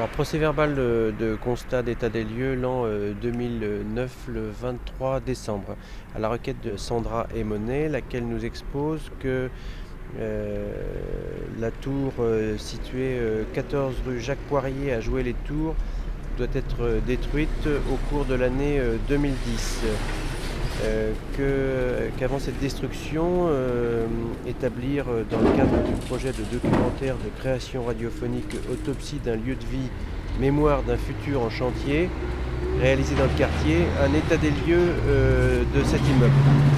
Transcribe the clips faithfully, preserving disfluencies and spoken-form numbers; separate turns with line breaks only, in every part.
Alors, procès-verbal de, de constat d'état des lieux l'an euh, deux mille neuf, le vingt-trois décembre, à la requête de Sandra Emonet, laquelle nous expose que euh, la tour euh, située euh, quatorze rue Jacques Poirier à Joué-les-Tours doit être euh, détruite au cours de l'année euh, deux mille dix. Euh, que, qu'avant cette destruction, euh, établir euh, dans le cadre du projet de documentaire de création radiophonique Autopsie d'un lieu de vie, mémoire d'un futur en chantier, réalisé dans le quartier, un état des lieux euh, de cet immeuble.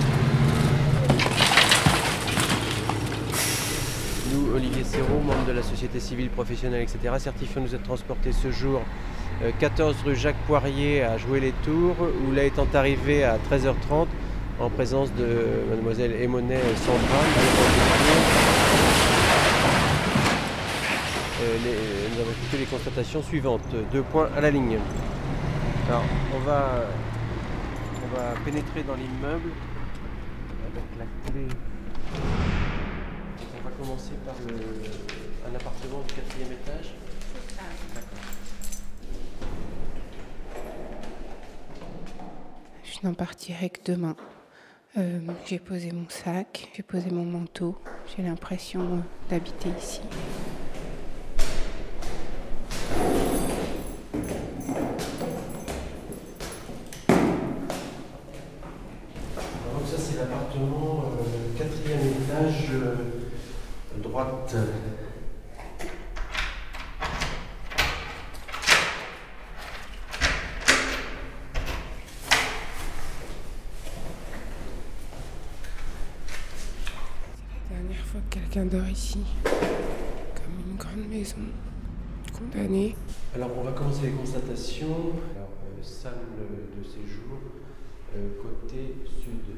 Nous, Olivier Serrault, membre de la société civile professionnelle, et cetera, certifions nous être transportés ce jour quatorze rue Jacques Poirier à Joué-les-Tours, où là étant arrivé à treize heures trente en présence de mademoiselle Emonet Sandra. Euh, les, nous avons effectué les constatations suivantes. Deux points à la ligne. Alors, on va, on va pénétrer dans l'immeuble avec la clé. Donc, on va commencer par le, un appartement du quatrième étage. D'accord.
Je n'en partirai que demain. Euh, j'ai posé mon sac, j'ai posé mon manteau. J'ai l'impression euh, d'habiter ici.
Donc ça c'est l'appartement euh, quatrième étage euh, droite.
La dernière fois que quelqu'un dort ici, comme une grande maison, condamnée.
Alors on va commencer les constatations. Alors euh, salle de séjour, euh, côté sud.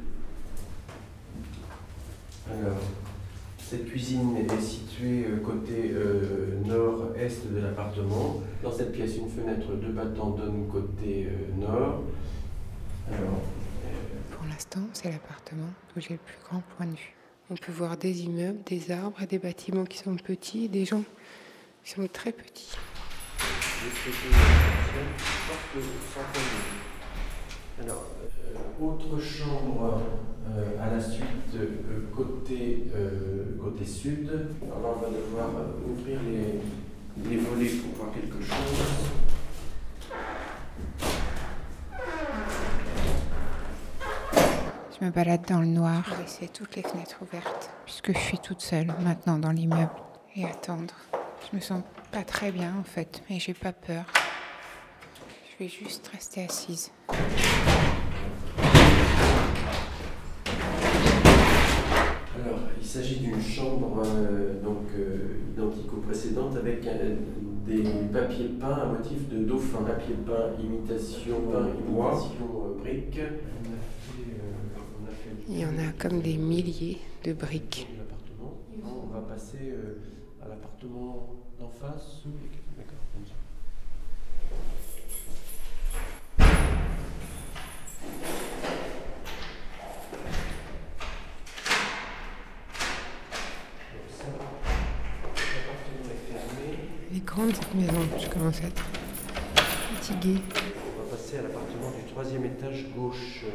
Alors cette cuisine est située euh, côté euh, nord-est de l'appartement. Dans cette pièce, une fenêtre de battant donne côté euh, nord. Alors,
euh... Pour l'instant, c'est l'appartement où j'ai le plus grand point de vue. On peut voir des immeubles, des arbres, des bâtiments qui sont petits et des gens qui sont très petits.
Alors, euh, autre chambre euh, à la suite euh, côté, euh, côté sud. Alors là, on va devoir euh, ouvrir les, les volets pour voir quelque chose.
Je me balade dans le noir, je vais laisser toutes les fenêtres ouvertes, puisque je suis toute seule maintenant dans l'immeuble, et attendre. Je me sens pas très bien en fait, mais j'ai pas peur. Je vais juste rester assise.
Alors, il s'agit d'une chambre euh, donc, euh, identique aux précédentes avec euh, des papiers peints à motif de dauphin. Papier peint, imitation peint, imitation euh, brique.
Il y en a comme des milliers de briques.
On va passer euh, à l'appartement d'en face. D'accord, comme ça.
Elle est grande cette maison, je commence à être fatiguée.
On va passer à l'appartement du troisième étage gauche.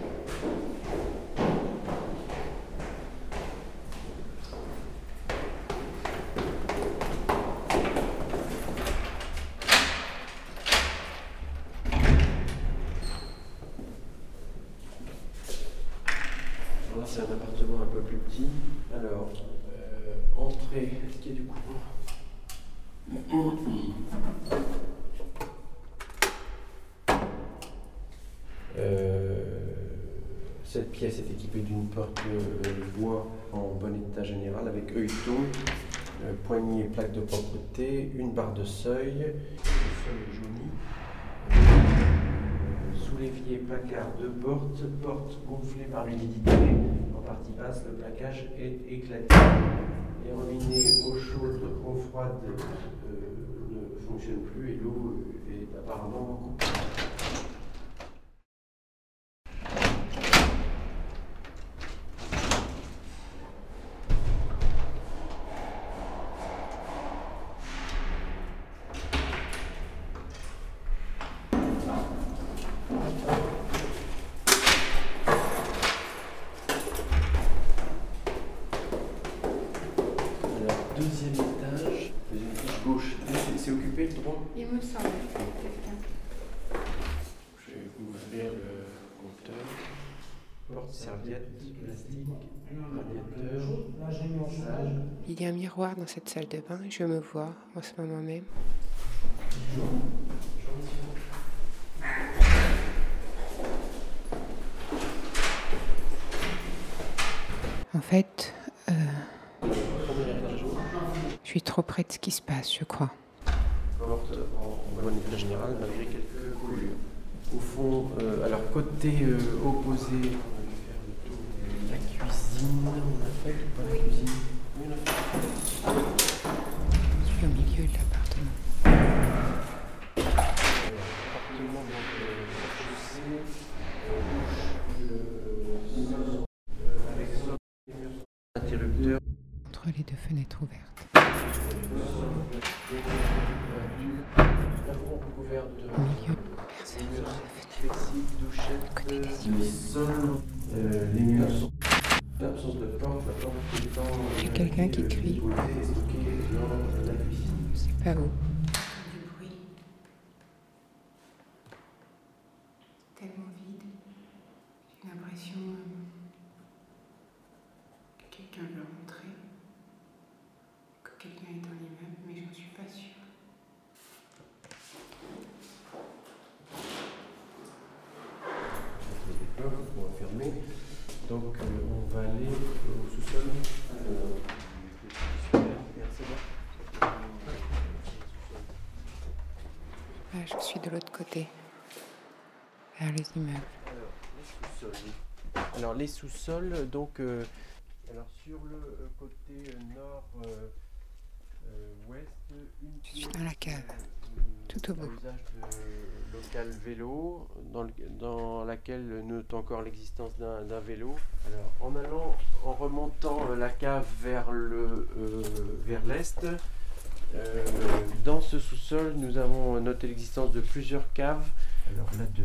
Là, c'est un appartement un peu plus petit. Alors, euh, entrée, est-ce qu'il y a du courant ? euh, Cette pièce est équipée d'une porte de bois en bon état général avec œilleton, euh, poignée et plaque de propreté, une barre de seuil, le sol est jauni. Sous-l'évier, placard, deux portes, porte gonflée par l'humidité, en partie basse, le plaquage est éclaté. Les robinets eau chaude, eau froide euh, ne fonctionnent plus et l'eau est apparemment beaucoup plus. deuxième étage, deuxième étage gauche. C'est, c'est occupé le droit?
Il me semble, quelqu'un.
Je vais ouvrir le compteur. Porte-serviette, plastique, radiateur.
Il y a un miroir dans cette salle de bain et je me vois en ce moment même. En fait, euh, je suis trop près de ce qui se passe, je crois.
Porte en bon état général, malgré quelques coulures. Au fond, euh, alors côté euh, opposé, on va faire le tour de la cuisine. On a fait ou pas la cuisine? Oui, on a fait.
Je suis au milieu de l'appartement.
Appartement donc rez-de-chaussée, avec interrupteur.
Entre les deux fenêtres ouvertes.
Recouvert de
Au milieu.
flexible, douchette, les sols, euh, les murs sont l'absence de porte, la porte étant
Il y a quelqu'un qui crie.
stocké dans la cuisine.
C'est pas où.
Du bruit. Tellement vide. J'ai l'impression euh, que quelqu'un veut rentrer. Que quelqu'un est dans l'immeuble, mais j'en suis pas sûre.
On va fermer. Donc euh, on va aller au sous-sol. Euh,
Ah, je suis de l'autre côté, vers les immeubles.
Alors les sous-sols. Alors les sous-sols, donc euh, alors sur le euh, côté nord euh, euh, ouest, une
Je suis dans la cave, tout au bout.
Usage de local vélo, dans, le, dans laquelle nous notons encore l'existence d'un, d'un vélo. Alors en allant, en remontant euh, la cave vers le euh, vers l'est, euh, dans ce sous-sol, nous avons noté l'existence de plusieurs caves. Alors là deux.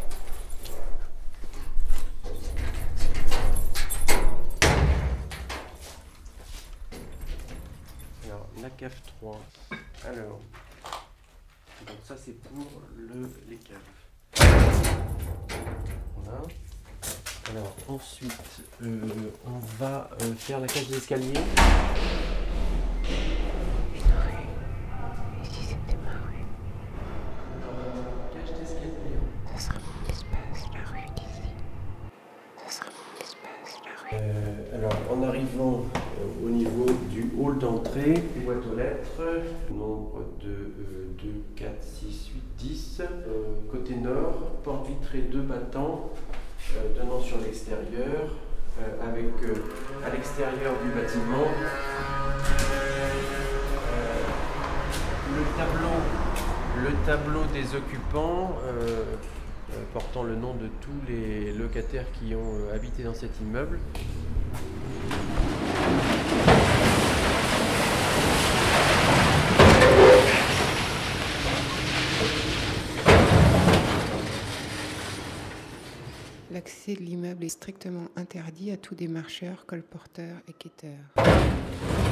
Alors la cave trois. Alors donc ça c'est pour le, les caves. Voilà. Alors ensuite euh, on va euh, faire la cage d'escalier.
Et si c'était ma rue?
Cage d'escalier.
Ça sera mon espace, la rue d'ici. Ça sera mon espace, la rue.
Euh, alors en arrivant euh, au niveau du hall d'entrée, boîte aux lettres, nombre de euh, deux, quatre, six, huit, dix. Euh, côté nord, porte vitrée deux battants euh, donnant sur l'extérieur, euh, avec euh, à l'extérieur du bâtiment euh, le tableau, le tableau des occupants euh, euh, portant le nom de tous les locataires qui ont euh, habité dans cet immeuble.
L'accès de l'immeuble est strictement interdit à tous démarcheurs, colporteurs et quêteurs.